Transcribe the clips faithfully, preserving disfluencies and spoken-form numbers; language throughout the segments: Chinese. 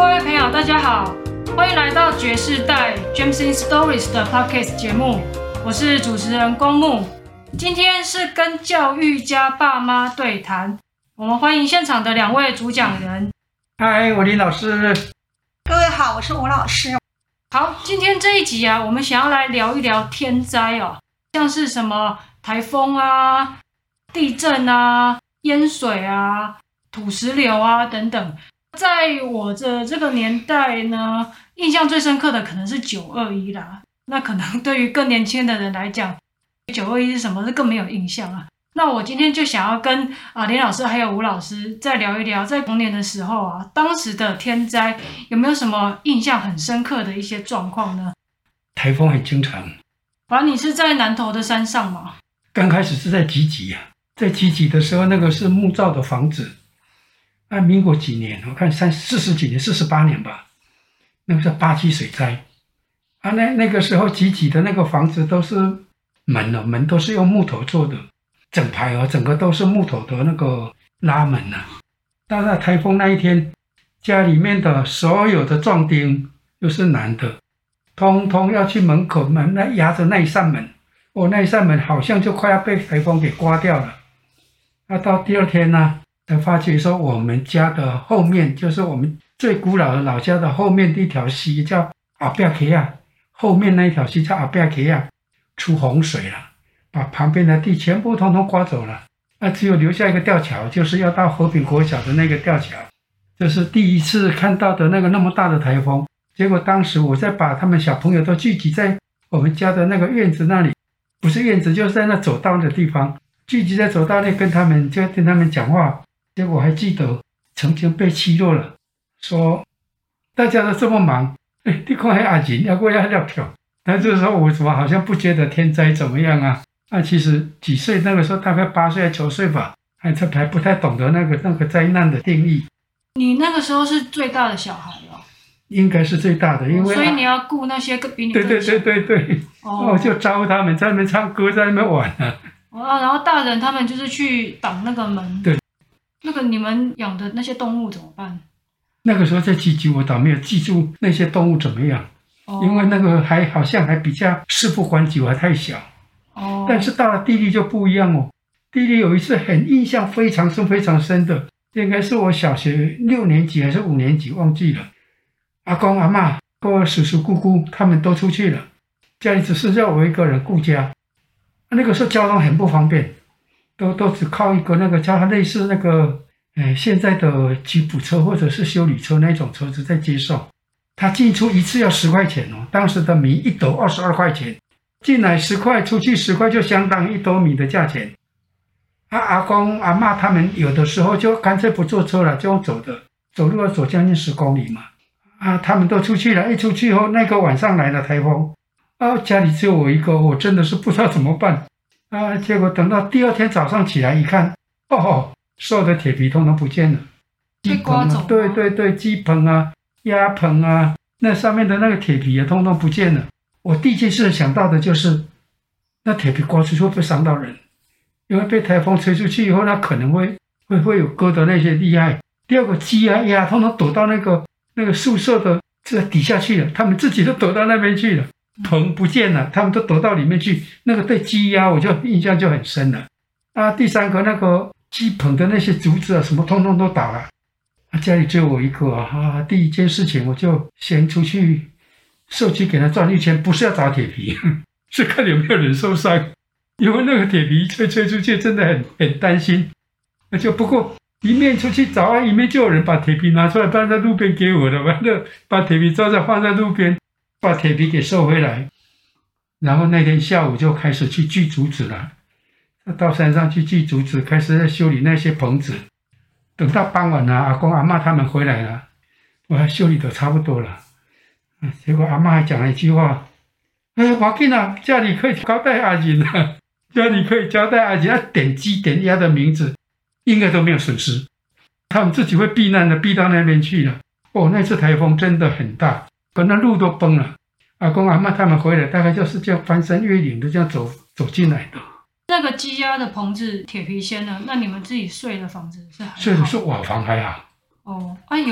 各位朋友，大家好，欢迎来到爵士代 Jameson Stories 的 Podcast 节目，我是主持人公木。今天是跟教育家爸妈对谈，我们欢迎现场的两位主讲人。 嗨，我林老师。 各位好，我是吴老师。 好，今天这一集啊，我们想要来聊一聊天灾哦，像是什么台风啊、地震啊、淹水啊、土石流啊等等。在我的这个年代呢，印象最深刻的可能是九二一啦。那可能对于更年轻的人来讲，九二一是什么，是更没有印象啊。那我今天就想要跟啊林老师还有吴老师再聊一聊，在童年的时候啊，当时的天灾有没有什么印象很深刻的一些状况呢？ 台风很经常。 反正你是在南投的山上嘛？ 刚开始是在集集啊，在集集的时候，那个是木造的房子。那民国几年？我看三四十几年，四十八年吧。那个是八七水灾啊，那那个时候集集的那个房子都是门哦，门都是用木头做的，整排哦，整个都是木头的那个拉门呐、啊。到那台风那一天，家里面的所有的壮丁，又是男的，通通要去门口门那压着那一扇门，哦，那一扇门好像就快要被台风给刮掉了。那到第二天呢？才发觉说，我们家的后面就是我们最古老的老家的后面的一条溪，叫阿比克亚，后面那一条溪叫阿比克亚，出洪水了，把旁边的地全部通通刮走了。那只有留下一个吊桥，就是要到和平国小的那个吊桥。这是第一次看到的那个那么大的台风。结果当时我在把他们小朋友都聚集在我们家的那个院子那里，不是院子，就是在那走道的地方，聚集在走道内跟他们就跟他们讲话。结果还记得曾经被奚落了，说大家都这么忙，哎，你看那阿仁要过要撂跳，但是说我怎么好像不觉得天灾怎么样啊？那、啊、其实几岁那个时候大概八岁还九岁吧，还还不太懂得那个那个灾难的定义。 你那个时候是最大的小孩哦？ 应该是最大的，因为、 哦、所以你要顾那些比你更小。 对对对对对，哦，我就招他们在那边唱歌，在那边玩啊。 哦，然后大人他们就是去挡那个门。 对。 那个你们养的那些动物怎么办？ 那个时候在集集，我倒没有记住那些动物怎么样，哦、因为那个还好像还比较事不关己，我还太小。哦。但是到了地里就不一样哦。地里有一次很印象非常深、非常深的，应该是我小学六年级还是五年级，忘记了。阿公阿嬷、跟叔叔姑姑他们都出去了，家里只剩下我一个人顾家。那个时候交通很不方便。都都只靠一个那个叫它类似那个，呃，现在的吉普车或者是休旅车那种车子在接送，他进出一次要十块钱哦。当时的米一斗二十二块钱，进来十块，出去十块，就相当于一斗米的价钱。啊，阿公阿嬷他们有的时候就干脆不坐车了，就用走的，走路要走将近十公里嘛。啊，他们都出去了，一出去后那个晚上来了台风，啊，家里只有我一个，我真的是不知道怎么办。啊！结果等到第二天早上起来一看，哦，所有的铁皮通通不见了， 被刮走。 对对对，鸡棚啊、鸭棚啊，那上面的那个铁皮也通通不见了。我第一件事想到的就是，那铁皮刮出去会不会伤到人？因为被台风吹出去以后，那可能会会会有割的那些厉害。第二个鸡啊、鸭通通躲到那个那个宿舍的这底下去了，他们自己都躲到那边去了。棚不见了，他们都躲到里面去。那个对鸡鸭，我就印象就很深了。啊，第三个那个鸡棚的那些竹子啊，什么通通都倒了。啊，家里只有我一个啊。啊，第一件事情我就先出去社区给他转一圈，不是要找铁皮，是看有没有人受伤。因为那个铁皮吹吹出去，真的很很担心。那就不过一面出去找啊，一面就有人把铁皮拿出来放在路边给我的，完了把铁皮抓着放在路边。把铁皮给收回来，然后那天下午就开始去锯竹子了。到山上去锯竹子，开始在修理那些棚子。等到傍晚啊，阿公阿嬷他们回来了，我还修理的差不多了。结果阿嬷还讲了一句话：“哎，要紧啊，家里可以交代阿仁啊，家里可以交代阿仁，要点鸡点鸭的名字，应该都没有损失。他们自己会避难的，避到那边去了。哦，那次台风真的很大。”可能路都崩了，阿公阿嬷他们回来，大概就是这样翻山越岭的这样走走进来的。 那个鸡鸭的棚子铁皮先呢？那你们自己睡的房子是还好？ 睡的是瓦房还好。 哦，啊有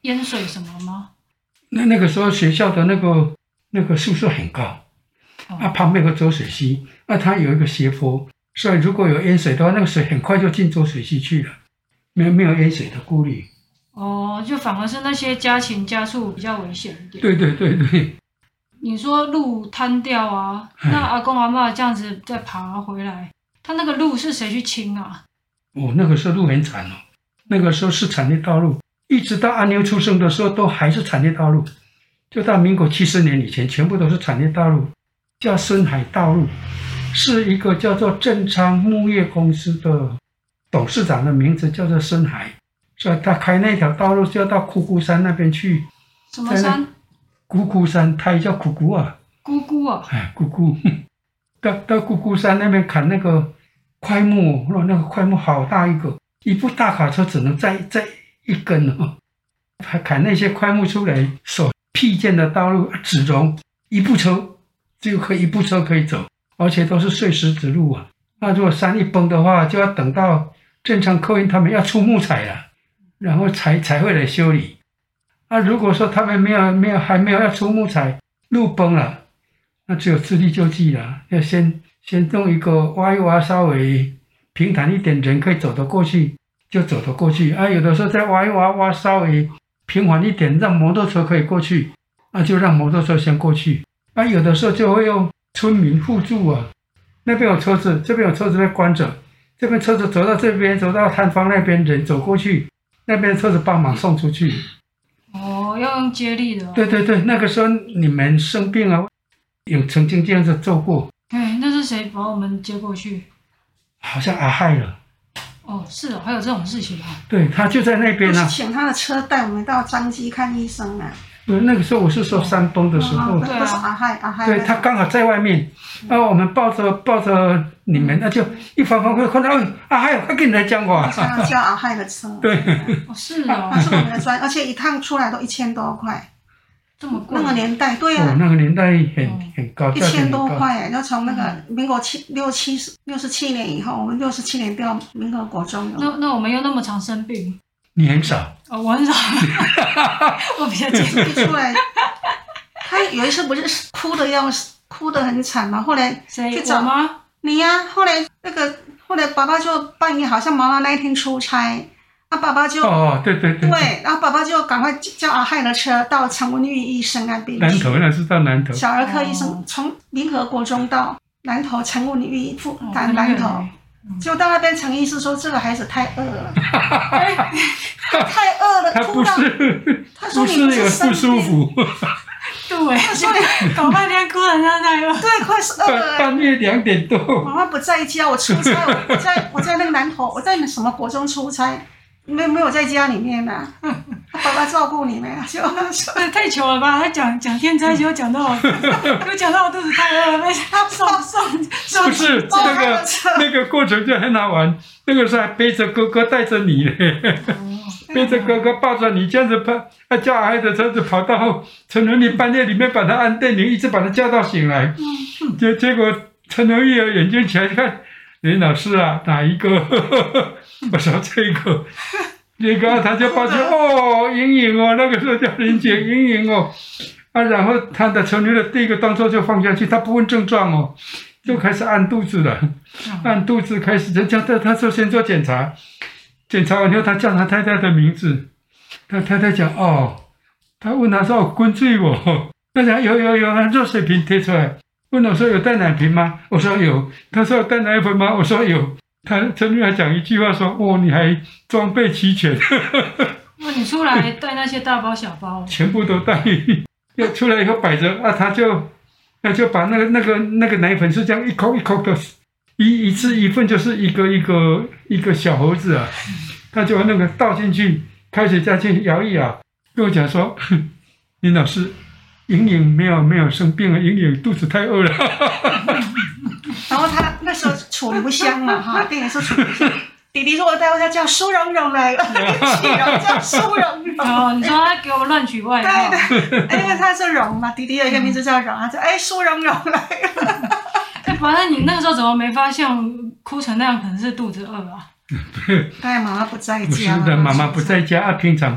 淹水什么吗？ 那那个时候学校的那个那个宿舍很高， 哦、 啊，旁边有个浊水溪，那、啊、它有一个斜坡，所以如果有淹水的话，那个水很快就进浊水溪去了，没有没有淹水的顾虑。 哦，就反而是那些家禽家畜比较危险一点。 对对对对。 你说路瘫掉啊，那阿公阿嬷这样子再爬回来，他那个路是谁去清啊？ 哦，那个时候路很惨哦，那个时候是产业道路，一直到阿妞出生的时候都还是产业道路，就到民国七十年以前，全部都是产业道路，叫深海道路，是一个叫做正昌木业公司的董事长的名字叫做深海。所以他开那条道路就要到苦姑山那边去。 什么山？ 苦姑山，它也叫苦姑啊。 姑姑啊。 哎，苦姑，到到苦姑山那边砍那个块木，那个块木好大一个，一部大卡车只能载载一根哦。还砍那些块木出来，手辟建的道路只容一部车，就可以一部车可以走，而且都是碎石子路啊。那如果山一崩的话，就要等到正常客运他们要出木材了。然后才才会来修理，啊，如果说他们没有没有还没有要出木材，路崩了，那只有自力救济了，要先先弄一个挖一挖，稍微平坦一点，人可以走得过去就走得过去，啊，有的时候再挖一挖，挖稍微平缓一点，让摩托车可以过去，那就让摩托车先过去，啊，有的时候就会用村民互助啊，那边有车子，这边有车子被关着，这边车子走到这边，走到摊方那边，人走过去。那边车子帮忙送出去。 哦，要用接力的、哦。 对对对，那个时候你们生病啊，有曾经这样子做过。 哎，那是谁把我们接过去？ 好像阿亥了。 哦，是哦，还有这种事情啊。 对，他就在那边啊。 就是请他的车带我们到彰基看医生啊。 对，那个时候我是说山崩的时候。 对、哦、啊。是阿亥，阿亥。 对，他刚好在外面，然后我们抱着抱着你们，那就一翻翻会看到，哎，阿亥，快跟你来讲话。 叫阿亥的车。 对。 哦，是哦。 那是我们的专，而且一趟出来都一千多块。 这么贵？ 那个年代，对啊。 哦，那个年代很很高， 一千多块，就从那个民国七六七十六十七年以后，我们六十七年调民和国中。 那那我们又那么常生病。 你很少。 哦，我很少。我比较简单。出来。他有一次不是哭的要死，哭得很惨嘛。后来谁我吗？ 你呀、啊。后来那个后来爸爸就半夜好像妈妈那一天出差，那爸爸就哦对对对对，然后爸爸就赶快叫阿亥的车到陈文玉医生那边去。 南投那是到南投。 小儿科医生从民和国中到南投陈文玉附南南投。就到那边，陈医师说这个孩子太饿了，太饿了， 他不是， 他说你不是有不舒服， 对，他说你搞半天哭人家太饿， 对，快是饿了， 半夜两点多， 妈妈不在家，我出差，我在我在那个南投，我在什么国中出差，没没有在家里面呐、啊，爸爸照顾你们，就太糗了吧？他讲讲天灾，结果讲到又讲到我肚子太饿了，被他送送， 不是那个那个过程就很好玩，那个时候还背着哥哥带着你嘞，背着哥哥抱着你这样子跑，他叫阿亥的车子跑到陈文玉半夜里面把他按电铃，一直把他叫到醒来，结结果陈文玉眼睛起来看。林老师啊，哪一个？我说这个，这个他就抱着哦，莹莹哦，那个时候叫林姐莹莹哦，啊，然后他的成年的第一个动作就放下去，他不问症状哦，就开始按肚子了，按肚子开始，人家他他说先做检查，检查完以后他叫他太太的名字，他太太讲哦，他问他说有滚水哦，他讲有有有，热水瓶贴出来。问我说有带奶瓶吗？我说有。他说有带奶粉吗？我说有。他陈律还讲一句话说：“哦，你还装备齐全。” 那你出来带那些大包小包， 全部都带。要出来以后摆着啊，他就他就把那个那个那个奶粉是这样一口一口的，一一次一份就是一个一个一个小盒子啊，他就那个倒进去，开水下去摇一摇，跟我讲说：“林老师。”莹莹没有没有生病了，莹莹肚子太饿了。 然后他那时候楚留香嘛，哈，电影是楚留香。弟弟说我带回家叫苏蓉蓉来了，取名叫苏蓉蓉。 哦，你说他给我乱取外号。 对对，因为他是蓉嘛，弟弟有一个名字叫蓉，他说哎苏蓉蓉来了。 哎，反正你那个时候怎么没发现哭成那样，可能是肚子饿啊？ 对，妈妈不在家。 不是的，妈妈不在家啊，平常。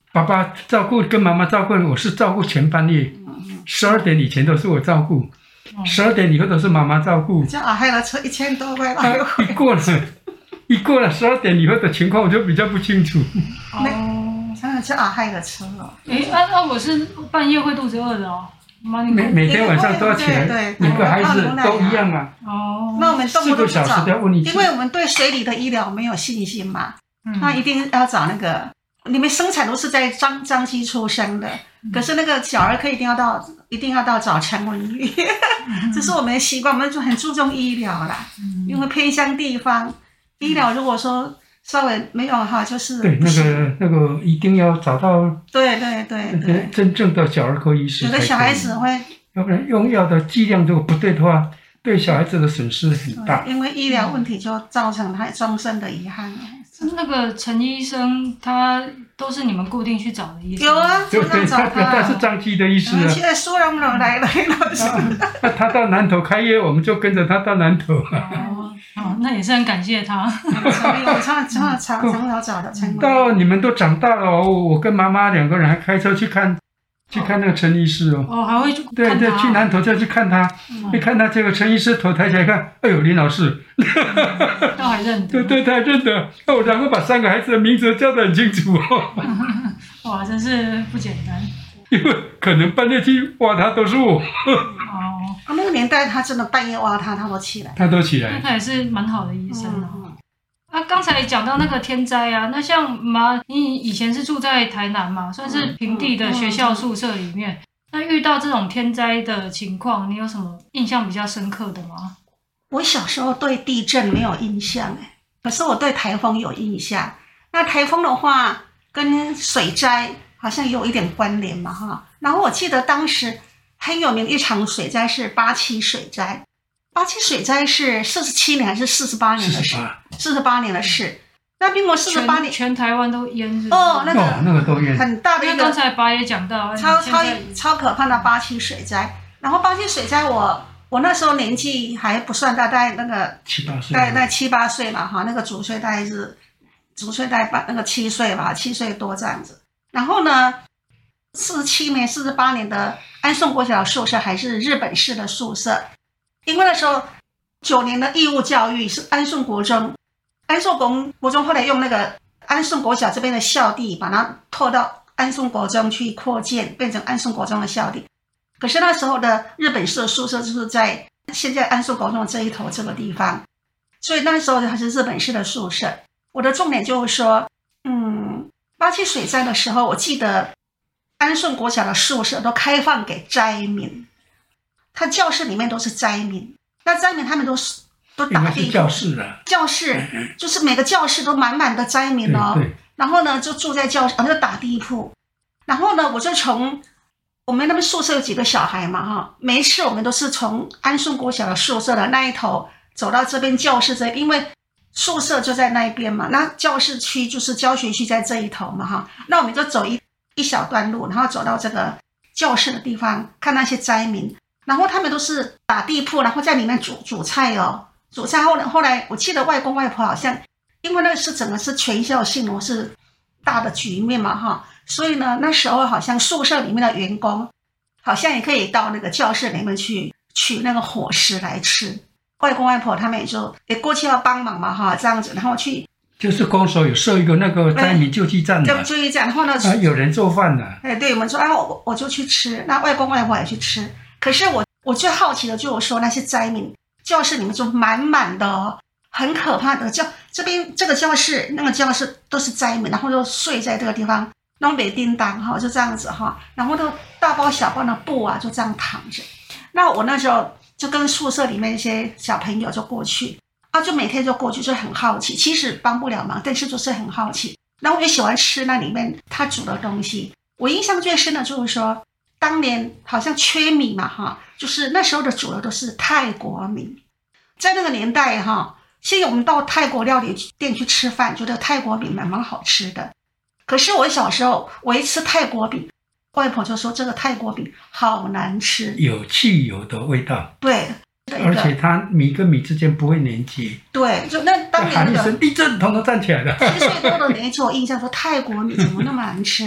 爸爸照顾跟妈妈照顾，我是照顾前半夜，十二点以前都是我照顾，十二点以后都是妈妈照顾。 这阿海的车一千多块来回， 一过了，一过了十二点以后的情况，我就比较不清楚。 哦，真的是阿海的车哦。 诶，那、啊、那、啊、我是半夜会肚子饿的哦。 每每天晚上都要起来，每个孩子都一样啊。 哦， 那我们动不动就找， 四个小时都要问一次， 因为我们对水里的医疗没有信心嘛，嗯、那一定要找那个。你们生产都是在张张基出生的，嗯、可是那个小儿科一定要到，一定要到找陈文玉，嗯、这是我们的习惯，我们就很注重医疗啦，嗯、因为偏乡地方医疗如果说稍微没有哈，就是对那个那个一定要找到对对对对真正的小儿科医师， 有的小孩子会， 要不然用药的剂量如果不对的话，对小孩子的损失很大， 因为医疗问题就造成他终身的遗憾。 那个陈医生他都是你们固定去找的医生？ 有啊， 对对，他他是张基的医师啊。 现在苏荣荣来了，老师。 那他到南投开业，我们就跟着他到南投。 哦哦，那也是很感谢他。 我常常常常老找的陈。 到你们都长大了哦，我跟妈妈两个人还开车去看。去看那个陈医师哦， 哦，还会去对对，去南投再去看他，一、嗯、看他这个陈医师头抬起来看，哎呦，林老师， 嗯、都还认得， 对对，他还认得，哦，然后把三个孩子的名字叫得很清楚哦， 哇，真是不简单， 因为可能半夜去挖他都是我，哦， 啊，那个年代他真的半夜挖他，他都起来， 他都起来， 那他也是蛮好的医生哦。嗯啊，刚才讲到那个天灾啊，那像妈，你以前是住在台南嘛，算是平地的学校宿舍里面。嗯嗯嗯、那遇到这种天灾的情况，你有什么印象比较深刻的吗？ 我小时候对地震没有印象哎，可是我对台风有印象。那台风的话，跟水灾好像有一点关联嘛哈。然后我记得当时很有名的一场水灾是八七水灾。八七水灾是四十七年还是四十八年的事？四十八年的事。那民国四十八年， 全台湾都淹是不是？ 哦，那个、 哦、那个都淹， 很大的一个。 刚才爸也讲到， 超超超可怕的八七水灾。然后八七水灾我，我我那时候年纪还不算大，大概那个七八岁， 大概那七八岁嘛哈，那个主岁大概是主岁大概八那个七岁吧，七岁多这样子。然后呢，四十七年、四十八年的安顺国小宿舍还是日本式的宿舍。因为那时候九年的义务教育是安顺国中，安顺国国中后来用那个安顺国小这边的校地把它拖到安顺国中去扩建，变成安顺国中的校地。可是那时候的日本式的宿舍就是在现在安顺国中这一头这个地方，所以那时候还是日本式的宿舍。我的重点就是说，嗯，八七水灾的时候，我记得安顺国小的宿舍都开放给灾民。他教室里面都是灾民，那灾民他们都是都打地铺， 教室啊， 教室就是每个教室都满满的灾民哦。 对对， 然后呢，就住在教室，就打地铺。然后呢，我就从我们那边宿舍有几个小孩嘛哈，每一次我们都是从安顺国小的宿舍的那一头走到这边教室这边，因为宿舍就在那一边嘛，那教室区就是教学区在这一头嘛哈，那我们就走一一小段路，然后走到这个教室的地方，看那些灾民。然后他们都是打地铺，然后在里面煮煮菜哦，煮菜后来后来我记得外公外婆好像，因为那是整个是全校性的，是大的局面嘛哈，所以呢那时候好像宿舍里面的员工好像也可以到那个教室里面去取那个伙食来吃，外公外婆他们也就也过去要帮忙嘛哈，这样子，然后去就是公所有设一个那个灾民救济站的， 救济站，然后呢、 啊、有人做饭的， 哎对，我们说啊我我就去吃，那外公外婆也去吃。可是我我最好奇的就是说那些灾民教室里面就满满的哦，很可怕的教这边这个教室那个教室都是灾民，然后就睡在这个地方，弄北叮当哈，就这样子哈，然后都大包小包的布啊就这样躺着。那我那时候就跟宿舍里面一些小朋友就过去啊，就每天就过去，就很好奇，其实帮不了忙，但是就是很好奇。然后我也喜欢吃那里面他煮的东西。我印象最深的就是说。当年好像缺米嘛哈，就是那时候的煮的都是泰国米，在那个年代哈，现在我们到泰国料理店去吃饭，觉得泰国米蛮蛮好吃的。可是我小时候我一吃泰国饼，外婆就说这个泰国饼好难吃， 有汽油的味道。 对， 而且它米跟米之间不会连接。 对，就那当年喊一声地震，统统站起来了。 七岁多的年纪，我印象说泰国米怎么那么难吃。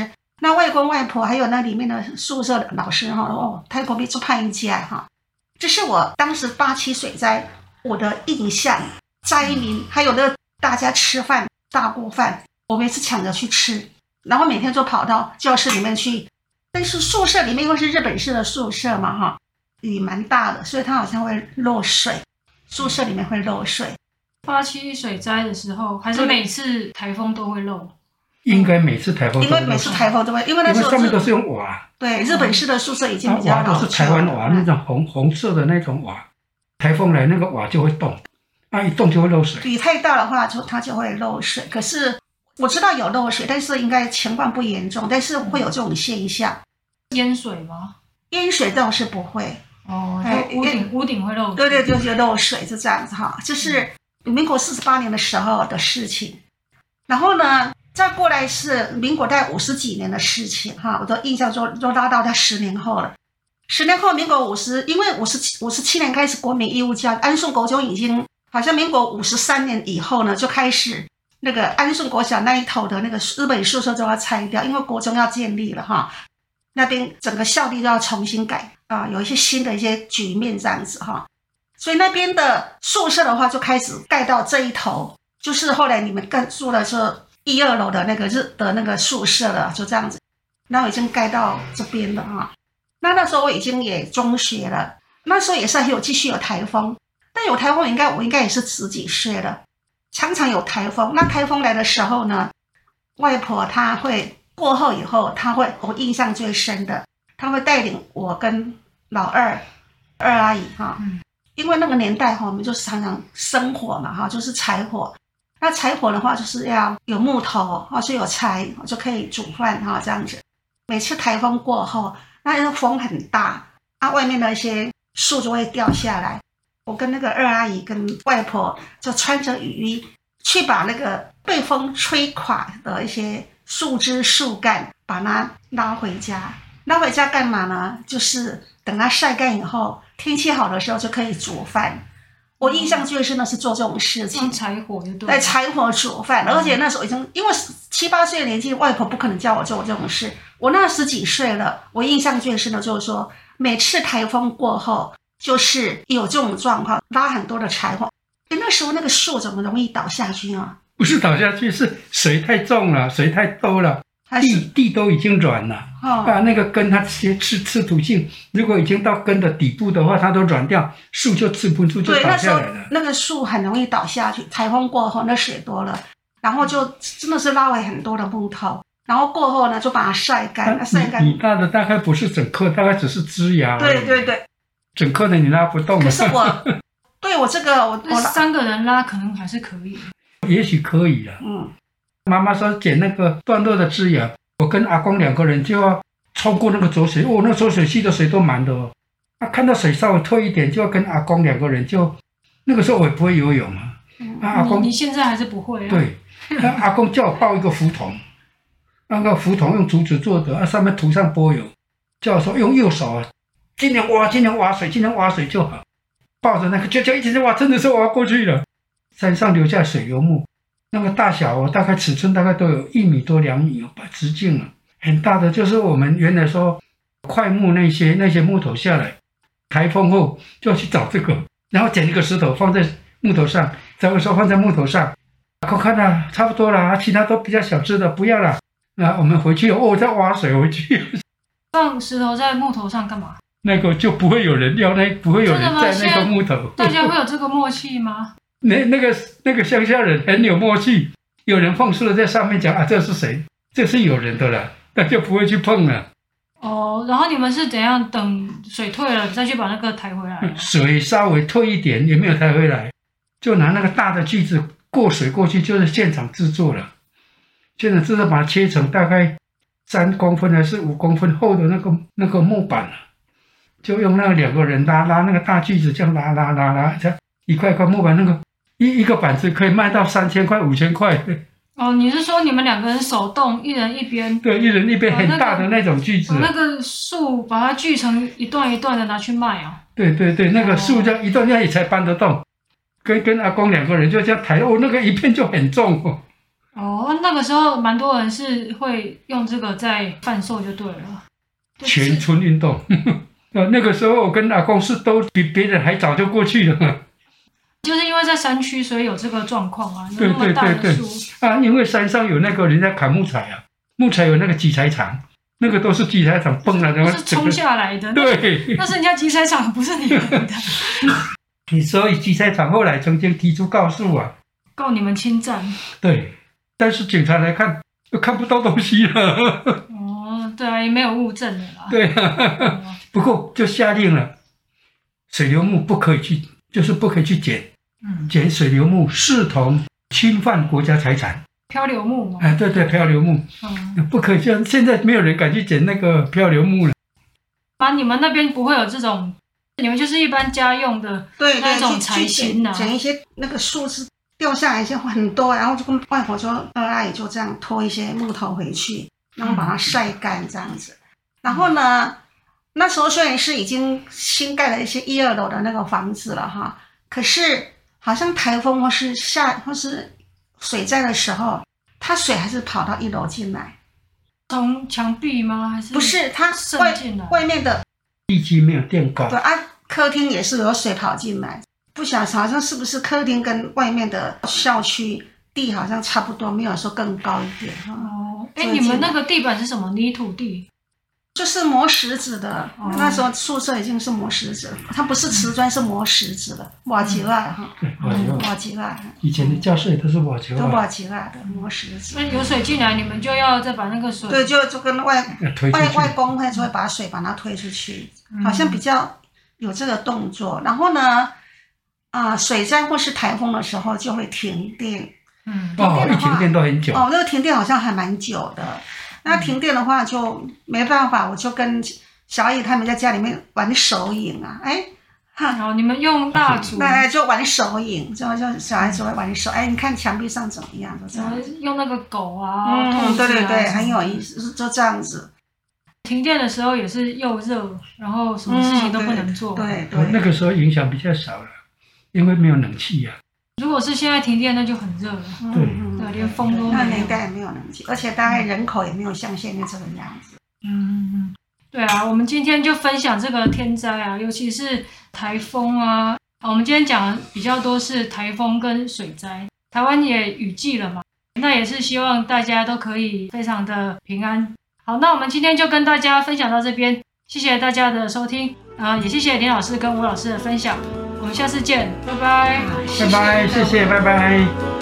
那外公外婆还有那里面的宿舍的老师哈，哦，太公比做派一家哈，这是我当时八七水灾我的印象，灾民还有的大家吃饭大锅饭，我每次抢着去吃，然后每天就跑到教室里面去，但是宿舍里面因为是日本式的宿舍嘛哈，雨蛮大的，所以它好像会漏水，宿舍里面会漏水。 八七水灾的时候，还是每次台风都会漏？ 应该每次台风都因为每次台风都会，因为那时候上面都是用瓦， 对，日本式的宿舍已经比较瓦都是台湾瓦，那种红红色的那种瓦，台风来那个瓦就会动，啊一动就会漏水。 雨太大的话，就它就会漏水。可是我知道有漏水，但是应该情况不严重，但是会有这种现象。 淹水吗？ 淹水倒是不会。 哦，就屋顶屋顶会漏水。 对对，就是漏水，就这样子哈。这是民国四十八年的时候的事情。然后呢？再过来是民国在五十几年的事情哈，我的印象中都拉到在十年后了。十年后，民国五十，因为五十七五十七年开始国民义务教育，安顺国中已经好像民国五十三年以后呢，就开始那个安顺国小那一头的那个日本宿舍就要拆掉，因为国中要建立了哈，那边整个校地都要重新改啊，有一些新的一些局面这样子哈，所以那边的宿舍的话就开始盖到这一头，就是后来你们更住的是一二楼的那个日的那个宿舍了，就这样子。那我已经盖到这边了哈。那那时候我已经也中学了，那时候也是还有继续有台风，但有台风应该我应该也是十几岁了，常常有台风。那台风来的时候呢，外婆她会过后以后，她会我印象最深的，她会带领我跟老二二阿姨哈，因为那个年代哈，我们就是常常生火嘛哈，就是柴火。那柴火的话，就是要有木头，或是有柴就可以煮饭哈，这样子。每次台风过后，那个风很大，啊，外面的一些树就会掉下来。我跟那个二阿姨跟外婆就穿着雨衣去把那个被风吹垮的一些树枝树干，把它拉回家。拉回家干嘛呢？就是等它晒干以后，天气好的时候就可以煮饭。我印象最深的是做这种事情， 用柴火就对， 在柴火煮饭，而且那时候已经因为七八岁的年纪，外婆不可能叫我做这种事。我那十几岁了，我印象最深的就是说，每次台风过后，就是有这种状况，拉很多的柴火。哎，那时候那个树怎么容易倒下去啊？ 不是倒下去，是水太重了，水太多了。地地都已经软了、哦、啊，那个根它吃吃吃土性，如果已经到根的底部的话，它都软掉，树就吃不住，就倒下来了。 对，那时候那个树很容易倒下去。台风过后，那水多了，然后就真的是拉回很多的木头，然后过后呢，就把它晒干。啊、晒干。 你大的大概不是整棵，大概只是枝芽。 对对对， 整棵的你拉不动。 可是我对我这个我我三个人拉可能还是可以， 也许可以了。 嗯。 妈妈说捡那个断落的枝芽，我跟阿公两个人就要冲过那个浊水，哦，那浊水溪的水都满的哦。啊，看到水稍微退一点，就要跟阿公两个人就，那个时候我也不会游泳啊。 嗯、啊，阿公你，你现在还是不会啊？ 对，那阿公叫我抱一个浮桶，那个浮桶用竹子做的，啊，上面涂上柏油，叫我说用右手啊，尽量挖，尽量挖水，尽量挖水就好。抱着那个就就一直挖，真的是挖过去了。山上留下水游木。那个大小哦，大概尺寸大概都有一米多两米哦，把直径啊很大的，就是我们原来说块木那些那些木头下来，台风后就要去找这个，然后捡一个石头放在木头上，再会说放在木头上，我看了差不多了，其他都比较小只的不要了，那我们回去哦再挖水回去。 放石头在木头上干嘛？ 那个就不会有人要那不会有人在那个木头。 大家会有这个默契吗？ 那那个那个乡下人很有默契，有人放树了在上面讲啊，这是谁？这是有人的了，那就不会去碰了。 哦，然后你们是怎样等水退了再去把那个抬回来？ 水稍微退一点也没有抬回来，就拿那个大的锯子过水过去，就是现场制作了。现场制作把它切成大概三公分还是五公分厚的那个那个木板，就用那两个人拉拉那个大锯子，这样拉拉拉拉，这样一块块木板，那个一一个板子可以卖到三千块、五千块。 哦，你是说你们两个人手动，一人一边？ 对，一人一边很大的那种锯子。 把那个树把它锯成一段一段的拿去卖啊？ 对对对，那个树这样一段这样也才搬得动。跟跟阿公两个人就这样抬，哦，那个一片就很重哦。 哦，那个时候蛮多人是会用这个在贩售就对了。 全村运动。呃，那个时候我跟阿公是都比别人还早就过去了。 就是因为在山区，所以有这个状况啊，有对那么大对对对的树。 啊，因为山上有那个人家砍木材啊，木材有那个集材厂，那个都是集材厂蹦了，然都是冲后整个下来的。 对。 那是人家集采厂，不是你们的。 所以集材厂后来曾经提出告诉啊， 告你们侵占。 对，但是警察来看又看不到东西了。 哦，对啊，也没有物证的啦。 对啊， 哦不过就下令了，水流木不可以去，就是不可以去捡， 嗯， 捡水流木视同侵犯国家财产。 漂流木嘛。 哎，对对，漂流木， 嗯， 不可以。像现在没有人敢去捡那个漂流木了。 啊，你们那边不会有这种，你们就是一般家用的对对， 那种去去柴薪啊。 捡捡一些那个树枝掉下来一些很多，然后就跟外婆就二阿姨就这样拖一些木头回去，然后把它晒干这样子。然后呢，那时候虽然是已经新盖了一些一二楼的那个房子了哈，可是好像台风或是下或是水灾的时候，它水还是跑到一楼进来。 从墙壁吗？还是不是，它外渗进来？ 外面的地基没有垫高。 对啊，客厅也是有水跑进来。不晓得好像是不是客厅跟外面的校区地好像差不多，没有说更高一点哈。 哦，哎，你们那个地板是什么？泥土地？ 就是磨石子的， 哦那时候宿舍已经是磨石子了，它不是瓷砖，是磨石子的，瓦吉拉哈， 对，瓦吉拉。 瓦吉拉， 以前的教室也都是瓦吉都拉， 瓦吉拉的磨石子。 那有水进来，你们就要再把那个水。 对，就就跟外推出去。 外外公会就会把水把它推出去， 嗯好像比较有这个动作。然后呢，啊、水灾或是台风的时候就会停电。 嗯， 哦，一停电都很久。 哦，那个停电好像还蛮久的。那停电的话就没办法，我就跟小阿姨他们在家里面玩手影啊，哎，哈， 然后你们用蜡烛， 那就玩手影，就就小孩子会玩手，哎，你看墙壁上怎么样，就这然后样。 用那个狗啊， 嗯，对对对，很有思。 意思，就这样子。 停电的时候也是又热，然后什么事情都不能做。 嗯、对对我那个时候影响比较少了，因为没有冷气呀、 如果是现在停电，那就很热了。 对嗯对，连风都那没有。 年代也没有冷气，而且大概人口也没有像现在这个样子。 嗯嗯嗯，对啊，我们今天就分享这个天灾啊，尤其是台风啊。我们今天讲的比较多是台风跟水灾，台湾也雨季了嘛，那也是希望大家都可以非常的平安。好，那我们今天就跟大家分享到这边，谢谢大家的收听啊、呃，也谢谢林老师跟吴老师的分享，我们下次见，拜拜， 拜拜，谢谢，拜拜。